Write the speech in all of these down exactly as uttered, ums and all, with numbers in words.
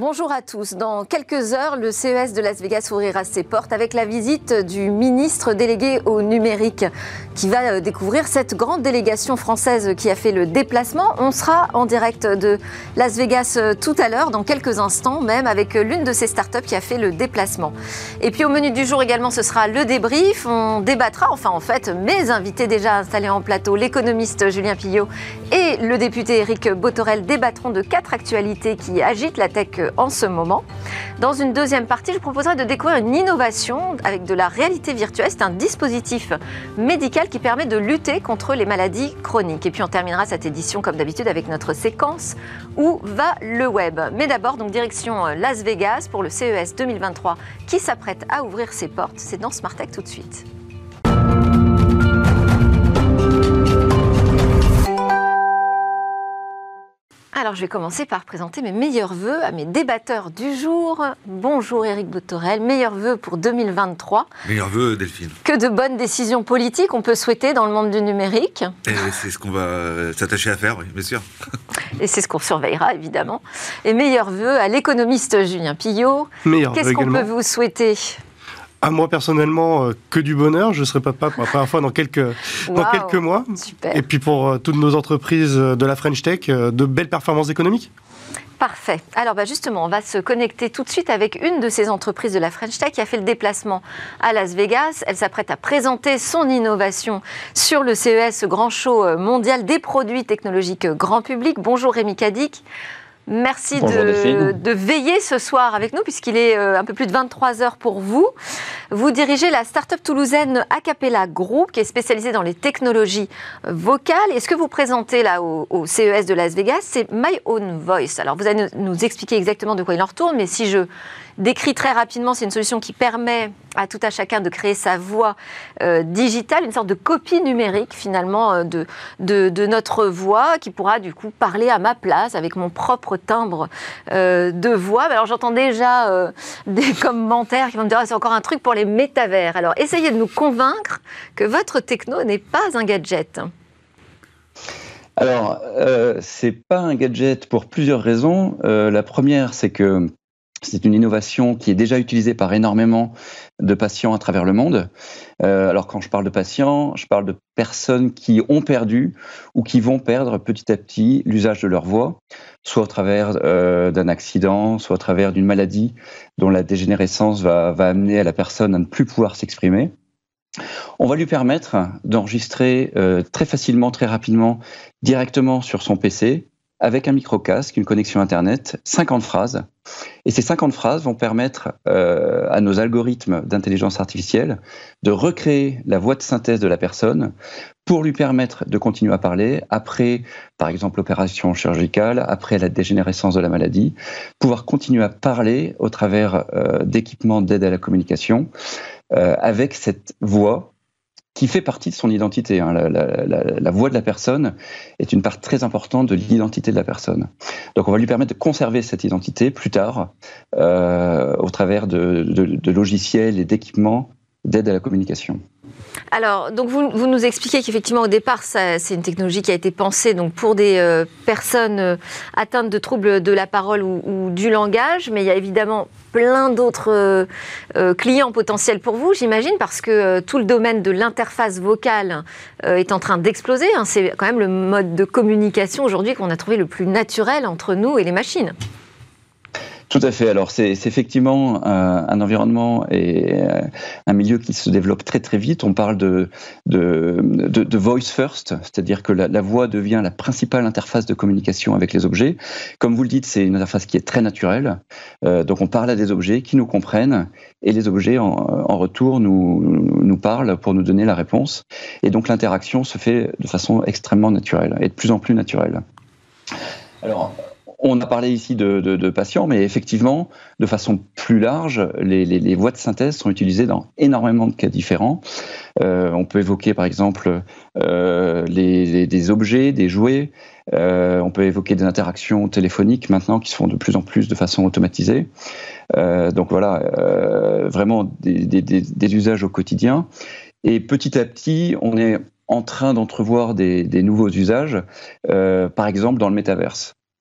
Bonjour à tous. Dans quelques heures, le C E S de Las Vegas ouvrira ses portes avec la visite du ministre délégué au numérique qui va découvrir cette grande délégation française qui a fait le déplacement. On sera en direct de Las Vegas tout à l'heure, dans quelques instants même, avec l'une de ces startups qui a fait le déplacement. Et puis au menu du jour également, ce sera le débrief. On débattra, enfin en fait, mes invités déjà installés en plateau, l'économiste Julien Pillot et le député Éric Bothorel débattront de quatre actualités qui agitent la tech en ce moment. Dans une deuxième partie, je proposerai de découvrir une innovation avec de la réalité virtuelle. C'est un dispositif médical qui permet de lutter contre les maladies chroniques. Et puis on terminera cette édition comme d'habitude avec notre séquence Où va le web. Mais d'abord, donc direction Las Vegas pour le C E S deux mille vingt-trois qui s'apprête à ouvrir ses portes. C'est dans Smart Tech tout de suite. Alors, je vais commencer par présenter mes meilleurs vœux à mes débatteurs du jour. Bonjour Éric Bothorel, meilleurs vœux pour deux mille vingt-trois. Meilleurs vœux, Delphine. Que de bonnes décisions politiques on peut souhaiter dans le monde du numérique. Et c'est ce qu'on va s'attacher à faire, oui, bien sûr. Et c'est ce qu'on surveillera, évidemment. Et meilleurs vœux à l'économiste Julien Pillot. Meilleurs Qu'est-ce vœux qu'on également. peut vous souhaiter ? À moi personnellement, euh, que du bonheur. Je serai papa pour la première fois dans quelques, Wow, dans quelques mois. Super. Et puis pour euh, toutes nos entreprises euh, de la French Tech, euh, de belles performances économiques. Parfait. Alors bah justement, on va se connecter tout de suite avec une de ces entreprises de la French Tech qui a fait le déplacement à Las Vegas. Elle s'apprête à présenter son innovation sur le C E S, ce grand show mondial des produits technologiques grand public. Bonjour Rémi Cadic. Merci de, de veiller ce soir avec nous, puisqu'il est euh, un peu plus de vingt-trois heures pour vous. Vous dirigez la start-up toulousaine Acapella Group, qui est spécialisée dans les technologies vocales. Et ce que vous présentez là au, au C E S de Las Vegas, c'est My Own Voice. Alors, vous allez nous, nous expliquer exactement de quoi il en retourne, mais si je décrit très rapidement, c'est une solution qui permet à tout à chacun de créer sa voix euh, digitale, une sorte de copie numérique finalement euh, de, de, de notre voix qui pourra du coup parler à ma place avec mon propre timbre euh, de voix. Alors j'entends déjà euh, des commentaires qui vont me dire ah, c'est encore un truc pour les métavers. Alors essayez de nous convaincre que votre techno n'est pas un gadget. Alors euh, c'est pas un gadget pour plusieurs raisons. Euh, la première, c'est que c'est une innovation qui est déjà utilisée par énormément de patients à travers le monde. Euh, alors quand je parle de patients, je parle de personnes qui ont perdu ou qui vont perdre petit à petit l'usage de leur voix, soit au travers euh, d'un accident, soit au travers d'une maladie dont la dégénérescence va, va amener à la personne à ne plus pouvoir s'exprimer. On va lui permettre d'enregistrer euh, très facilement, très rapidement, directement sur son P C, avec un micro-casque, une connexion Internet, cinquante phrases. Et ces cinquante phrases vont permettre euh, à nos algorithmes d'intelligence artificielle de recréer la voix de synthèse de la personne pour lui permettre de continuer à parler après, par exemple, l'opération chirurgicale, après la dégénérescence de la maladie, pouvoir continuer à parler au travers euh, d'équipements d'aide à la communication euh, avec cette voix qui fait partie de son identité. Hein. La, la, la, la voix de la personne est une part très importante de l'identité de la personne. Donc on va lui permettre de conserver cette identité plus tard euh, au travers de, de, de logiciels et d'équipements d'aide à la communication. Alors, donc vous, vous nous expliquez qu'effectivement, au départ, ça, c'est une technologie qui a été pensée donc, pour des euh, personnes euh, atteintes de troubles de la parole ou, ou du langage, mais il y a évidemment plein d'autres euh, euh, clients potentiels pour vous, j'imagine, parce que euh, tout le domaine de l'interface vocale euh, est en train d'exploser. Hein. C'est quand même le mode de communication aujourd'hui qu'on a trouvé le plus naturel entre nous et les machines. Tout à fait. Alors, c'est, c'est effectivement un, un environnement et un milieu qui se développe très très vite. On parle de, de, de, de voice first, c'est-à-dire que la, la voix devient la principale interface de communication avec les objets. Comme vous le dites, c'est une interface qui est très naturelle. Euh, donc, on parle à des objets qui nous comprennent et les objets en, en retour nous, nous parlent pour nous donner la réponse. Et donc, l'interaction se fait de façon extrêmement naturelle et de plus en plus naturelle. Alors, on a parlé ici de, de, de patients, mais effectivement, de façon plus large, les, les, les voix de synthèse sont utilisées dans énormément de cas différents. Euh, on peut évoquer par exemple euh, les, les, des objets, des jouets. Euh, on peut évoquer des interactions téléphoniques maintenant qui se font de plus en plus de façon automatisée. Euh, donc voilà, euh, vraiment des, des, des, des usages au quotidien. Et petit à petit, on est en train d'entrevoir des, des nouveaux usages, euh, par exemple dans le métaverse.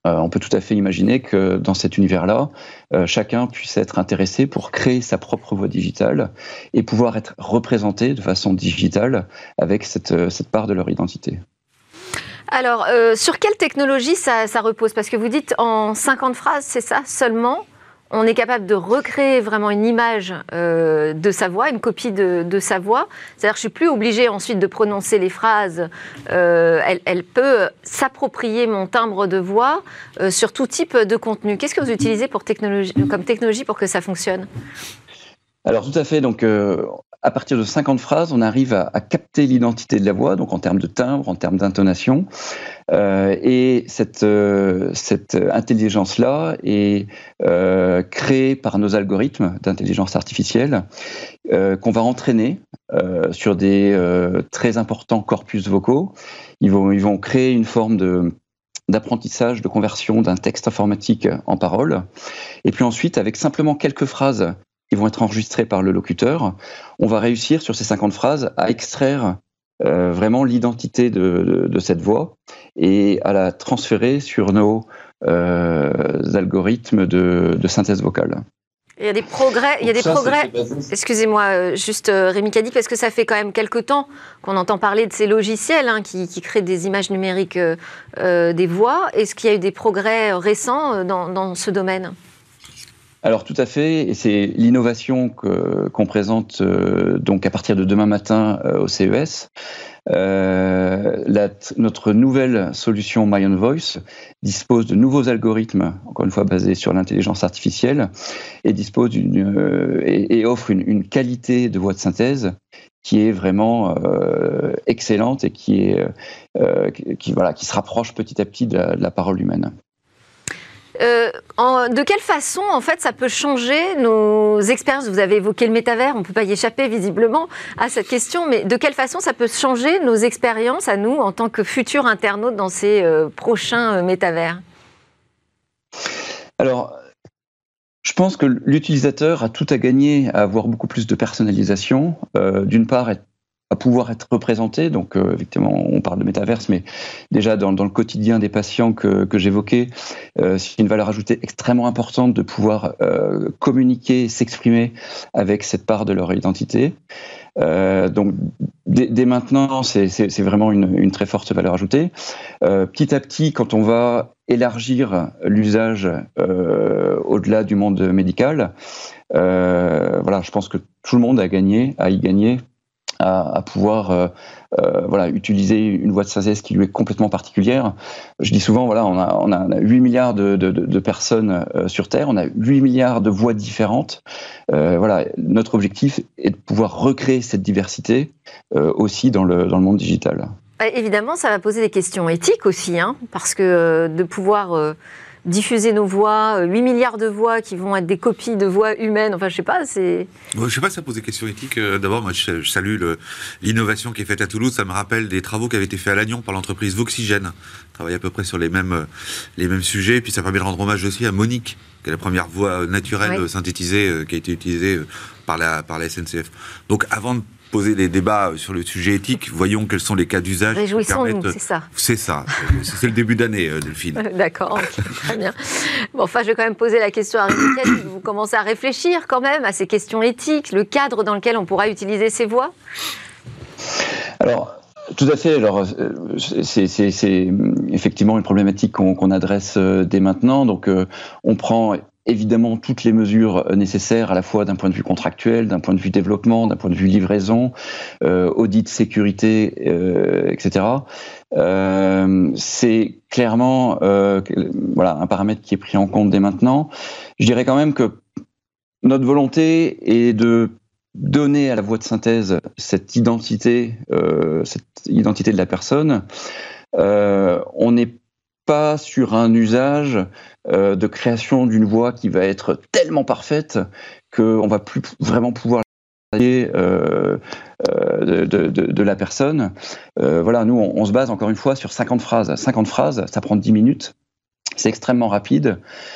Euh, on peut tout à fait imaginer que dans cet univers-là, euh, chacun puisse être intéressé pour créer sa propre voix digitale et pouvoir être représenté de façon digitale avec cette, cette part de leur identité. Alors, euh, sur quelle technologie ça, ça repose ? Parce que vous dites en cinquante phrases, c'est ça seulement ? On est capable de recréer vraiment une image euh, de sa voix, une copie de, de sa voix. C'est-à-dire que je ne suis plus obligée ensuite de prononcer les phrases. Euh, elle, elle peut s'approprier mon timbre de voix euh, sur tout type de contenu. Qu'est-ce que vous utilisez pour technologie, comme technologie pour que ça fonctionne ? Alors tout à fait. Donc, euh, à partir de cinquante phrases, on arrive à, à capter l'identité de la voix, donc en termes de timbre, en termes d'intonation. Euh, et cette, euh, cette intelligence-là est euh, créée par nos algorithmes d'intelligence artificielle euh, qu'on va entraîner euh, sur des euh, très importants corpus vocaux. Ils vont, ils vont créer une forme de d'apprentissage, de conversion d'un texte informatique en parole. Et puis ensuite, avec simplement quelques phrases qui vont être enregistrées par le locuteur, on va réussir sur ces cinquante phrases à extraire euh, vraiment l'identité de, de, de cette voix et à la transférer sur nos euh, algorithmes de, de synthèse vocale. Il y a des progrès, il y a des ça, progrès. Excusez-moi, juste euh, Rémi Cadic, parce que ça fait quand même quelques temps qu'on entend parler de ces logiciels hein, qui, qui créent des images numériques euh, euh, des voix. Est-ce qu'il y a eu des progrès récents dans, dans ce domaine ? Alors tout à fait, et c'est l'innovation que, qu'on présente euh, donc à partir de demain matin euh, au C E S. Euh, la, notre nouvelle solution My Own Voice dispose de nouveaux algorithmes, encore une fois basés sur l'intelligence artificielle, et dispose d'une euh, et, et offre une, une qualité de voix de synthèse qui est vraiment euh, excellente et qui est euh, qui voilà qui se rapproche petit à petit de la, de la parole humaine. Euh, en, de quelle façon, en fait, ça peut changer nos expériences ? Vous avez évoqué le métavers, on ne peut pas y échapper visiblement à cette question, mais de quelle façon ça peut changer nos expériences à nous en tant que futurs internautes dans ces euh, prochains euh, métavers ? Alors, je pense que l'utilisateur a tout à gagner à avoir beaucoup plus de personnalisation. Euh, d'une part, être à pouvoir être représenté, donc euh, effectivement on parle de métaverse, mais déjà dans, dans le quotidien des patients que, que j'évoquais, euh, c'est une valeur ajoutée extrêmement importante de pouvoir euh, communiquer, s'exprimer avec cette part de leur identité. Euh, donc dès, dès maintenant, c'est, c'est, c'est vraiment une, une très forte valeur ajoutée. Euh, petit à petit, quand on va élargir l'usage euh, au-delà du monde médical, euh, voilà, je pense que tout le monde a gagné, a y gagné. À, à pouvoir euh, euh, voilà, utiliser une voix de synthèse qui lui est complètement particulière. Je dis souvent, voilà, on a, on a, on a huit milliards de, de, de personnes euh, sur Terre, on a huit milliards de voix différentes. Euh, voilà, notre objectif est de pouvoir recréer cette diversité euh, aussi dans le, dans le monde digital. Évidemment, ça va poser des questions éthiques aussi, hein, parce que euh, de pouvoir... Euh diffuser nos voix, huit milliards de voix qui vont être des copies de voix humaines, enfin je sais pas, c'est... Ouais, je sais pas si ça pose des questions éthiques. D'abord, moi je, je salue le, l'innovation qui est faite à Toulouse, ça me rappelle des travaux qui avaient été faits à Lannion par l'entreprise Voxygène, travaille à peu près sur les mêmes, les mêmes sujets, et puis ça permet de rendre hommage aussi à Monique, qui est la première voix naturelle oui. synthétisée qui a été utilisée par la, par la S N C F. Donc avant de poser des débats sur le sujet éthique, voyons quels sont les cas d'usage. Réjouissons-nous, c'est ça. C'est ça. C'est le début d'année, Delphine. D'accord, okay, très bien. Bon, enfin, je vais quand même poser la question à Rémi Cadic. Vous commencez à réfléchir quand même à ces questions éthiques, le cadre dans lequel on pourra utiliser ces voix ? Alors, tout à fait. Alors, c'est, c'est, c'est effectivement une problématique qu'on, qu'on adresse dès maintenant. Donc, euh, on prend évidemment toutes les mesures nécessaires à la fois d'un point de vue contractuel, d'un point de vue développement, d'un point de vue livraison, euh, audit, sécurité, euh, et cetera. Euh, c'est clairement euh, voilà, un paramètre qui est pris en compte dès maintenant. Je dirais quand même que notre volonté est de donner à la voix de synthèse cette identité, euh, cette identité de la personne. Euh, on n'est pas sur un usage euh, de création d'une voix qui va être tellement parfaite qu'on va plus vraiment pouvoir euh, euh, de, de, de la personne. Euh, voilà, nous, on, on se base encore une fois sur cinquante phrases. cinquante phrases, ça prend dix minutes. C'est extrêmement rapide.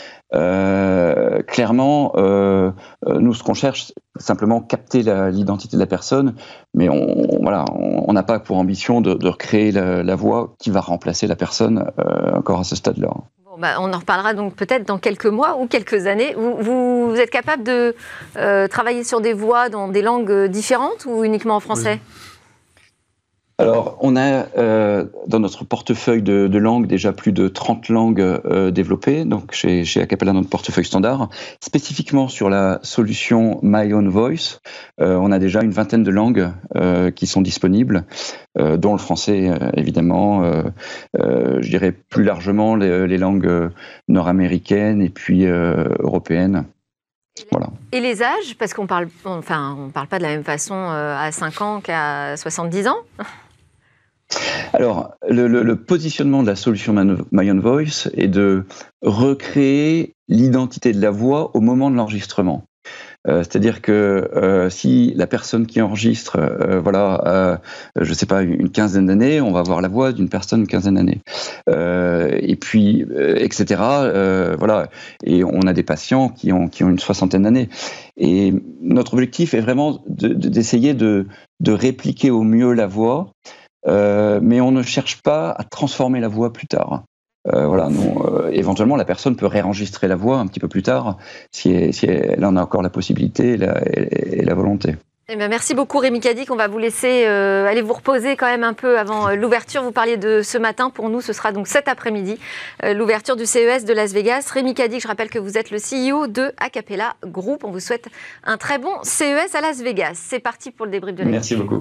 Euh, clairement, euh, nous, ce qu'on cherche, c'est simplement capter la, l'identité de la personne, mais on, voilà, on n'a pas pour ambition de, de recréer la, la voix qui va remplacer la personne euh, encore à ce stade-là. Bon, Bah, on en reparlera donc peut-être dans quelques mois ou quelques années. Vous, vous, vous êtes capable de euh, travailler sur des voix dans des langues différentes ou uniquement en français ? Oui. Alors, on a euh, dans notre portefeuille de, de langues déjà plus de trente langues euh, développées, donc chez, chez Acapela, notre portefeuille standard. Spécifiquement sur la solution My Own Voice, euh, on a déjà une vingtaine de langues euh, qui sont disponibles, euh, dont le français euh, évidemment, euh, euh, je dirais plus largement les, les langues nord-américaines et puis euh, européennes. Voilà. Et les âges, parce qu'on parle, enfin, on parle pas de la même façon euh, à cinq ans qu'à soixante-dix ans. Alors, le, le, le positionnement de la solution My Own Voice est de recréer l'identité de la voix au moment de l'enregistrement. Euh, c'est-à-dire que euh, si la personne qui enregistre, euh, voilà, euh, je sais pas, une quinzaine d'années, on va avoir la voix d'une personne une quinzaine d'années, euh, et puis euh, et cetera. Euh, voilà, et on a des patients qui ont qui ont une soixantaine d'années. Et notre objectif est vraiment de, de, d'essayer de de répliquer au mieux la voix, euh, mais on ne cherche pas à transformer la voix plus tard. Euh, voilà, non, euh, éventuellement, la personne peut réenregistrer la voix un petit peu plus tard, si elle, si elle en a encore la possibilité et la, et, et la volonté. Eh bien, merci beaucoup Rémi Cadic. On va vous laisser euh, aller vous reposer quand même un peu avant euh, l'ouverture. Vous parliez de ce matin. Pour nous, ce sera donc cet après-midi, euh, l'ouverture du C E S de Las Vegas. Rémi Cadic, je rappelle que vous êtes le C E O de Acapela Group. On vous souhaite un très bon C E S à Las Vegas. C'est parti pour le débrief de l'émission. Merci beaucoup.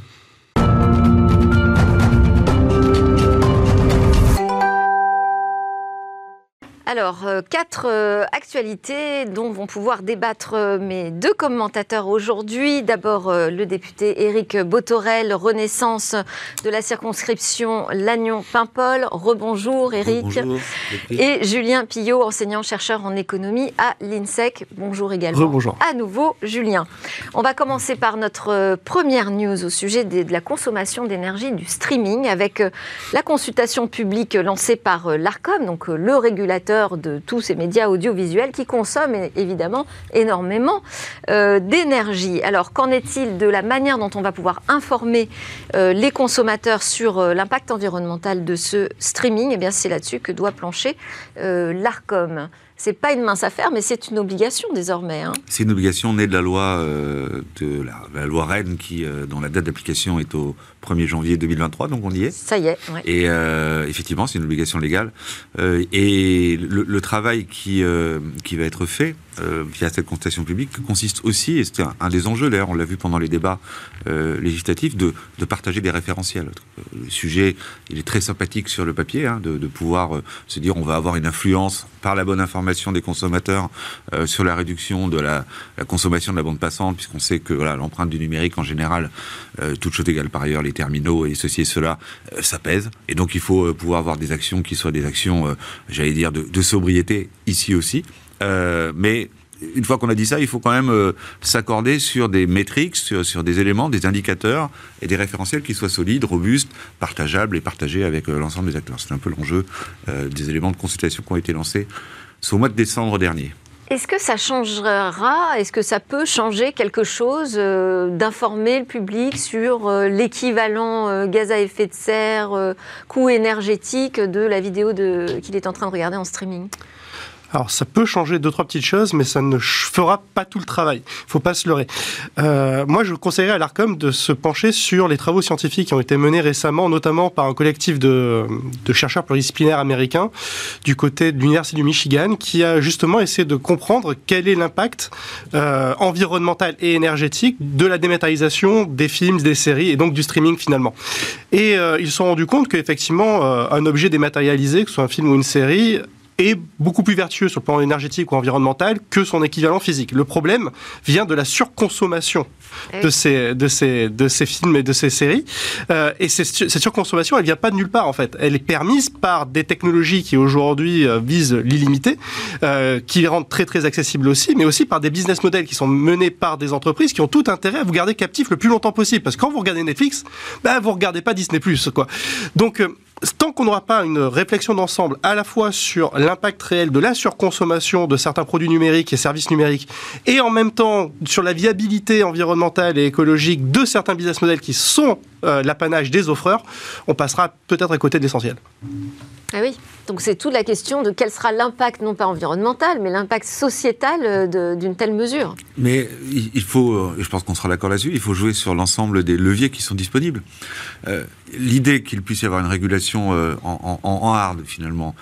Alors, euh, quatre euh, actualités dont vont pouvoir débattre euh, mes deux commentateurs aujourd'hui. D'abord, euh, le député Éric Bothorel, Renaissance de la circonscription Lannion-Paimpol. Rebonjour Éric. Bonjour. Et Julien Pillot, enseignant-chercheur en économie à l'INSEC. Bonjour également. Rebonjour. À nouveau, Julien. On va commencer par notre euh, première news au sujet de, de la consommation d'énergie du streaming avec euh, la consultation publique lancée par euh, l'Arcom, donc euh, le régulateur de tous ces médias audiovisuels qui consomment évidemment énormément euh, d'énergie. Alors, qu'en est-il de la manière dont on va pouvoir informer euh, les consommateurs sur euh, l'impact environnemental de ce streaming ? Eh bien, c'est là-dessus que doit plancher euh, l'Arcom. C'est pas une mince affaire, mais c'est une obligation désormais. Hein. C'est une obligation née de la loi euh, de la, la loi Rennes, qui, euh, dont la date d'application est au premier janvier deux mille vingt-trois, donc on y est. Ça y est. Ouais. Et euh, effectivement, c'est une obligation légale. Euh, et le, le travail qui euh, qui va être fait euh, via cette consultation publique consiste aussi, et c'était un, un des enjeux d'ailleurs, on l'a vu pendant les débats euh, législatifs, de, de partager des référentiels. Le sujet, il est très sympathique sur le papier, hein, de, de pouvoir euh, se dire on va avoir une influence par la bonne information des consommateurs euh, sur la réduction de la, la consommation de la bande passante, puisqu'on sait que voilà, l'empreinte du numérique en général, euh, toute chose égale par ailleurs, les terminaux et ceci et cela, euh, ça pèse. Et donc il faut euh, pouvoir avoir des actions qui soient des actions, euh, j'allais dire, de, de sobriété ici aussi. Euh, mais une fois qu'on a dit ça, il faut quand même euh, s'accorder sur des métriques, sur, sur des éléments, des indicateurs et des référentiels qui soient solides, robustes, partageables et partagés avec euh, l'ensemble des acteurs. C'est un peu l'enjeu euh, des éléments de consultation qui ont été lancés au mois de décembre dernier. Est-ce que ça changera, est-ce que ça peut changer quelque chose euh, d'informer le public sur euh, l'équivalent euh, gaz à effet de serre, euh, coût énergétique de la vidéo de, qu'il est en train de regarder en streaming ? Alors, ça peut changer deux, trois petites choses, mais ça ne fera pas tout le travail. Il ne faut pas se leurrer. Euh, moi, je conseillerais à l'Arcom de se pencher sur les travaux scientifiques qui ont été menés récemment, notamment par un collectif de, de chercheurs pluridisciplinaires américains du côté de l'Université du Michigan, qui a justement essayé de comprendre quel est l'impact euh, environnemental et énergétique de la dématérialisation des films, des séries et donc du streaming finalement. Et euh, ils se sont rendus compte qu'effectivement, euh, un objet dématérialisé, que ce soit un film ou une série, est beaucoup plus vertueux sur le plan énergétique ou environnemental que son équivalent physique. Le problème vient de la surconsommation de ces, de ces, de ces films et de ces séries. Euh, et cette, cette surconsommation, elle vient pas de nulle part, en fait. Elle est permise par des technologies qui, aujourd'hui, euh, visent l'illimité, euh, qui les rendent très, très accessibles aussi, mais aussi par des business models qui sont menés par des entreprises qui ont tout intérêt à vous garder captif le plus longtemps possible. Parce que quand vous regardez Netflix, bah, vous regardez pas Disney plus, quoi. Donc, euh, tant qu'on n'aura pas une réflexion d'ensemble à la fois sur l'impact réel de la surconsommation de certains produits numériques et services numériques et en même temps sur la viabilité environnementale et écologique de certains business models qui sont euh, l'apanage des offreurs, on passera peut-être à côté de l'essentiel. Ah oui, donc c'est toute la question de quel sera l'impact, non pas environnemental, mais l'impact sociétal de, d'une telle mesure. Mais il faut, et je pense qu'on sera d'accord là-dessus, il faut jouer sur l'ensemble des leviers qui sont disponibles. Euh, l'idée qu'il puisse y avoir une régulation euh, en, en, en hard, finalement,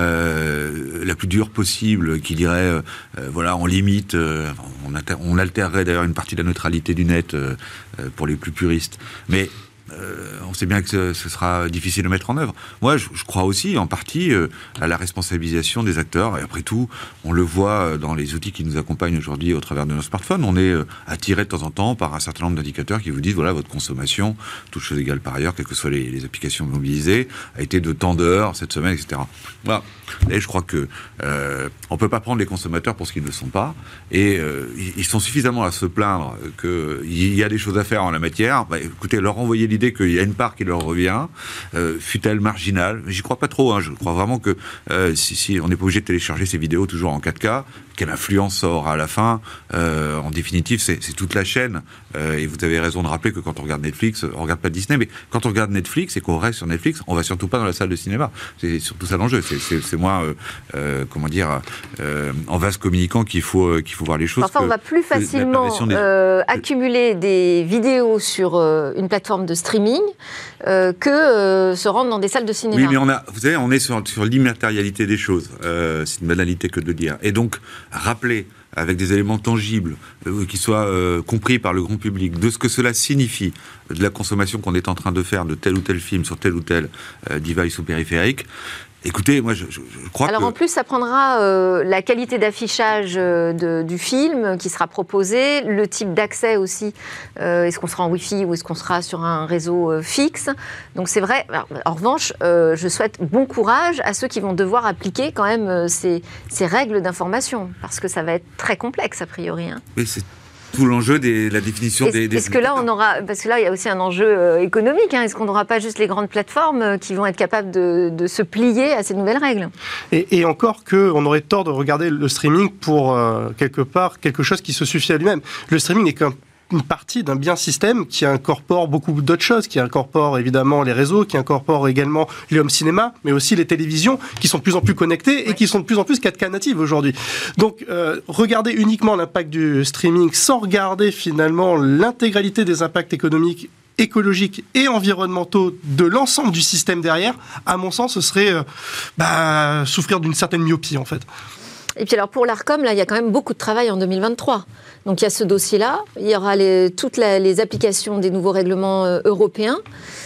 euh, la plus dure possible, qui dirait, euh, euh, voilà, on limite, euh, on, alter, on altérerait d'ailleurs une partie de la neutralité du net euh, euh, pour les plus puristes, mais Euh, on sait bien que ce, ce sera difficile de mettre en œuvre. Moi, je, je crois aussi, en partie, euh, à la responsabilisation des acteurs. Et après tout, on le voit dans les outils qui nous accompagnent aujourd'hui au travers de nos smartphones. On est euh, attiré de temps en temps par un certain nombre d'indicateurs qui vous disent, voilà, votre consommation, toutes choses égales par ailleurs, quelles que soient les, les applications mobilisées, a été de tant d'heures cette semaine, et cetera. Voilà. Et je crois que euh, on peut pas prendre les consommateurs pour ce qu'ils ne sont pas. Et euh, ils sont suffisamment à se plaindre qu'il y a des choses à faire en la matière. Bah, écoutez, leur envoyer l'idée qu'il y a une part qui leur revient, euh, fut-elle marginale. J'y crois pas trop. Hein. Je crois vraiment que euh, si, si on n'est pas obligé de télécharger ces vidéos toujours en quatre K, quelle influence ça aura à la fin. Euh, en définitive, c'est, c'est toute la chaîne. Euh, et vous avez raison de rappeler que quand on regarde Netflix, on regarde pas Disney, mais quand on regarde Netflix et qu'on reste sur Netflix, on va surtout pas dans la salle de cinéma. C'est surtout ça l'enjeu. C'est, c'est, c'est moins, euh, euh, comment dire, euh, en vase communicant qu'il faut, euh, qu'il faut voir les choses. Enfin, on va plus facilement des... euh, accumuler des vidéos sur euh, une plateforme de streaming euh, que euh, se rendre dans des salles de cinéma. Oui, mais on a, vous savez, on est sur, sur l'immatérialité des choses. Euh, c'est une banalité que de le dire. Et donc, rappeler avec des éléments tangibles, euh, qui soient euh, compris par le grand public, de ce que cela signifie, de la consommation qu'on est en train de faire de tel ou tel film sur tel ou tel euh, device ou périphérique. Écoutez, moi, je, je, je crois Alors que... en plus, ça prendra euh, la qualité d'affichage euh, de, du film qui sera proposé, le type d'accès aussi. Euh, est-ce qu'on sera en Wi-Fi ou est-ce qu'on sera sur un réseau euh, fixe ? Donc c'est vrai. Alors, en revanche, euh, je souhaite bon courage à ceux qui vont devoir appliquer quand même euh, ces, ces règles d'information, parce que ça va être très complexe a priori. Hein. Mais c'est tout l'enjeu de la définition est-ce, des, des... Est-ce que là, on aura... Parce que là, il y a aussi un enjeu euh, économique. Hein. Est-ce qu'on n'aura pas juste les grandes plateformes euh, qui vont être capables de, de se plier à ces nouvelles règles ? Et, et encore qu'on aurait tort de regarder le streaming pour, euh, quelque part, quelque chose qui se suffit à lui-même. Le streaming n'est qu'un une partie d'un bien système qui incorpore beaucoup d'autres choses, qui incorpore évidemment les réseaux, qui incorpore également les home cinéma, mais aussi les télévisions qui sont de plus en plus connectées et qui sont de plus en plus quatre K natives aujourd'hui. Donc, euh, regarder uniquement l'impact du streaming sans regarder finalement l'intégralité des impacts économiques, écologiques et environnementaux de l'ensemble du système derrière, à mon sens, ce serait euh, bah, souffrir d'une certaine myopie en fait. Et puis alors pour l'Arcom, là, il y a quand même beaucoup de travail en deux mille vingt-trois. Donc il y a ce dossier-là, il y aura les, toutes la, les applications des nouveaux règlements euh, européens.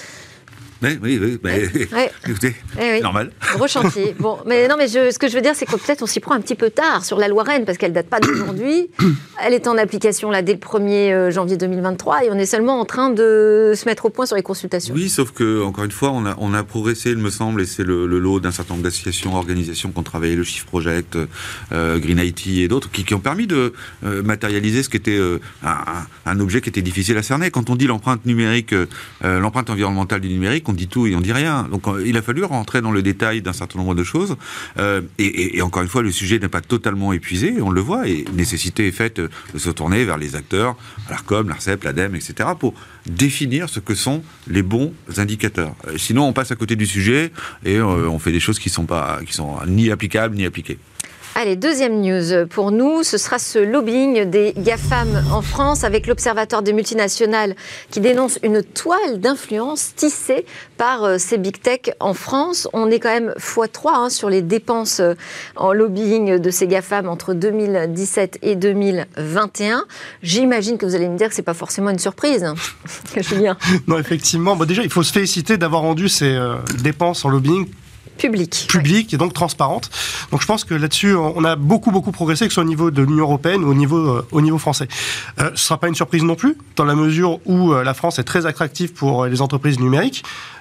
Oui, oui, oui. Mais, ouais. Écoutez, ouais, oui. normal. Gros chantier. Bon, mais non, mais je, ce que je veux dire, c'est que peut-être on s'y prend un petit peu tard sur la loi Rennes, parce qu'elle date pas d'aujourd'hui. Elle est en application là dès le premier janvier deux mille vingt-trois, et on est seulement en train de se mettre au point sur les consultations. Oui, sauf que encore une fois, on a, on a progressé, il me semble, et c'est le, le lot d'un certain nombre d'associations, organisations qui ont travaillé, le Shift Project, euh, Green I T et d'autres, qui, qui ont permis de euh, matérialiser ce qui était euh, un, un objet qui était difficile à cerner. Quand on dit l'empreinte numérique, euh, l'empreinte environnementale du numérique, on dit tout et on dit rien. Donc euh, il a fallu rentrer dans le détail d'un certain nombre de choses. Euh, et, et, et encore une fois, le sujet n'est pas totalement épuisé, on le voit, et nécessité est faite de se tourner vers les acteurs, l'Arcom, l'Arcep, l'Ademe, et cetera, pour définir ce que sont les bons indicateurs. Euh, sinon, on passe à côté du sujet et euh, on fait des choses qui ne sont, pas, qui sont ni applicables ni appliquées. Allez, deuxième news pour nous, ce sera ce lobbying des GAFAM en France avec l'Observatoire des multinationales qui dénonce une toile d'influence tissée par euh, ces big tech en France. On est quand même fois trois hein, sur les dépenses euh, en lobbying de ces GAFAM entre deux mille dix-sept et deux mille vingt et un. J'imagine que vous allez me dire que ce n'est pas forcément une surprise, hein, Julien. Non, effectivement. Bon, déjà, il faut se féliciter d'avoir rendu ces euh, dépenses en lobbying Public. Publique ouais. et donc transparente. Donc je pense que là-dessus, on a beaucoup, beaucoup progressé, que ce soit au niveau de l'Union européenne ou au niveau, euh, au niveau français. Euh, ce ne sera pas une surprise non plus, dans la mesure où euh, la France est très attractive pour les entreprises numériques.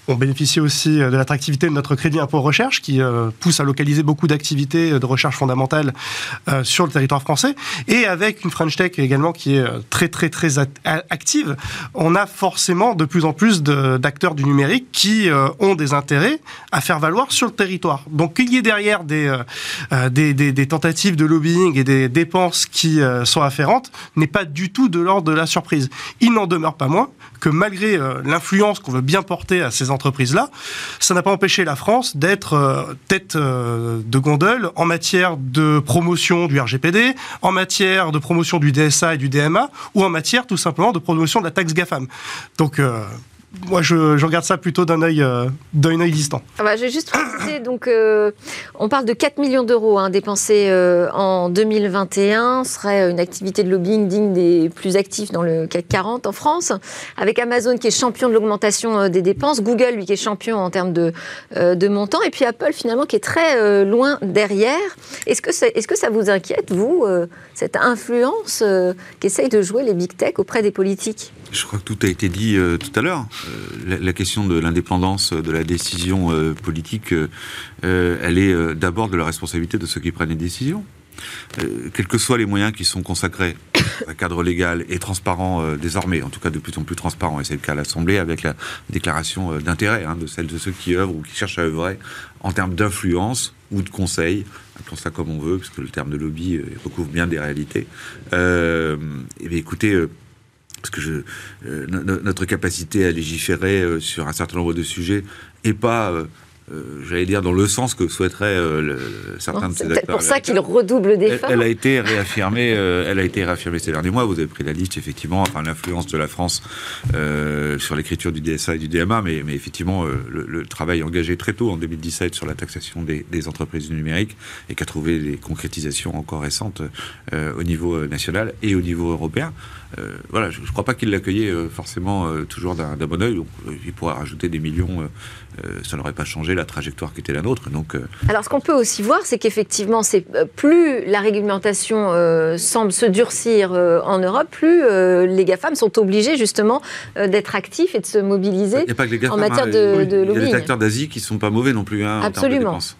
On bénéficie aussi de l'attractivité de notre crédit impôt recherche qui euh, pousse à localiser beaucoup d'activités de recherche fondamentale euh, sur le territoire français. Et avec une French Tech également qui est très très très active, on a forcément de plus en plus de, d'acteurs du numérique qui euh, ont des intérêts à faire valoir sur le territoire. Donc qu'il y ait derrière des, euh, des, des, des tentatives de lobbying et des dépenses qui euh, sont afférentes n'est pas du tout de l'ordre de la surprise. Il n'en demeure pas moins que malgré euh, l'influence qu'on veut bien porter à ces entreprises-là, ça n'a pas empêché la France d'être euh, tête euh, de gondole en matière de promotion du R G P D, en matière de promotion du D S A et du D M A, ou en matière tout simplement de promotion de la taxe GAFAM. Donc, euh, moi, je, je regarde ça plutôt d'un œil, euh, d'un œil distant. Ah bah, je vais juste préciser, donc, euh, on parle de quatre millions d'euros hein, dépensés euh, en deux mille vingt et un. Ce serait une activité de lobbying digne des plus actifs dans le C A C quarante en France, avec Amazon qui est champion de l'augmentation euh, des dépenses, Google, lui, qui est champion en termes de, euh, de montant, et puis Apple, finalement, qui est très euh, loin derrière. Est-ce que, est-ce que ça vous inquiète, vous, euh, cette influence euh, qu'essayent de jouer les big tech auprès des politiques ? Je crois que tout a été dit euh, tout à l'heure. Euh, la, la question de l'indépendance de la décision euh, politique, euh, elle est euh, d'abord de la responsabilité de ceux qui prennent les décisions. Euh, quels que soient les moyens qui sont consacrés, un cadre légal et transparent euh, désormais, en tout cas de plus en plus transparent, et c'est le cas à l'Assemblée avec la déclaration euh, d'intérêt hein, de celles de ceux qui œuvrent ou qui cherchent à œuvrer en termes d'influence ou de conseil, appelons ça comme on veut, puisque le terme de lobby euh, recouvre bien des réalités. Euh, et bien, écoutez... Euh, Parce que je, euh, notre capacité à légiférer euh, sur un certain nombre de sujets n'est pas, euh, euh, j'allais dire, dans le sens que souhaiteraient euh, le, certains bon, de ces acteurs. acteurs. C'est pour ça qu'il redouble d'efforts. Elle, elle a été réaffirmée. Euh, elle a été réaffirmée ces derniers mois. Vous avez pris la liste, effectivement, enfin l'influence de la France euh, sur l'écriture du D S A et du D M A, mais, mais effectivement euh, le, le travail engagé très tôt en deux mille dix-sept sur la taxation des, des entreprises du numérique et qui a trouvé des concrétisations encore récentes euh, au niveau national et au niveau européen. Euh, voilà, je ne crois pas qu'il l'accueillait euh, forcément euh, toujours d'un, d'un bon oeil. Donc, euh, il pourrait rajouter des millions, euh, euh, ça n'aurait pas changé la trajectoire qui était la nôtre. Donc, euh... Alors, ce qu'on peut aussi voir, c'est qu'effectivement, c'est, euh, plus la réglementation euh, semble se durcir euh, en Europe, plus euh, les GAFAM sont obligés justement euh, d'être actifs et de se mobiliser en matière hein, de, oui, de lobbying. Il y a des acteurs d'Asie qui ne sont pas mauvais non plus hein, en termes de dépenses.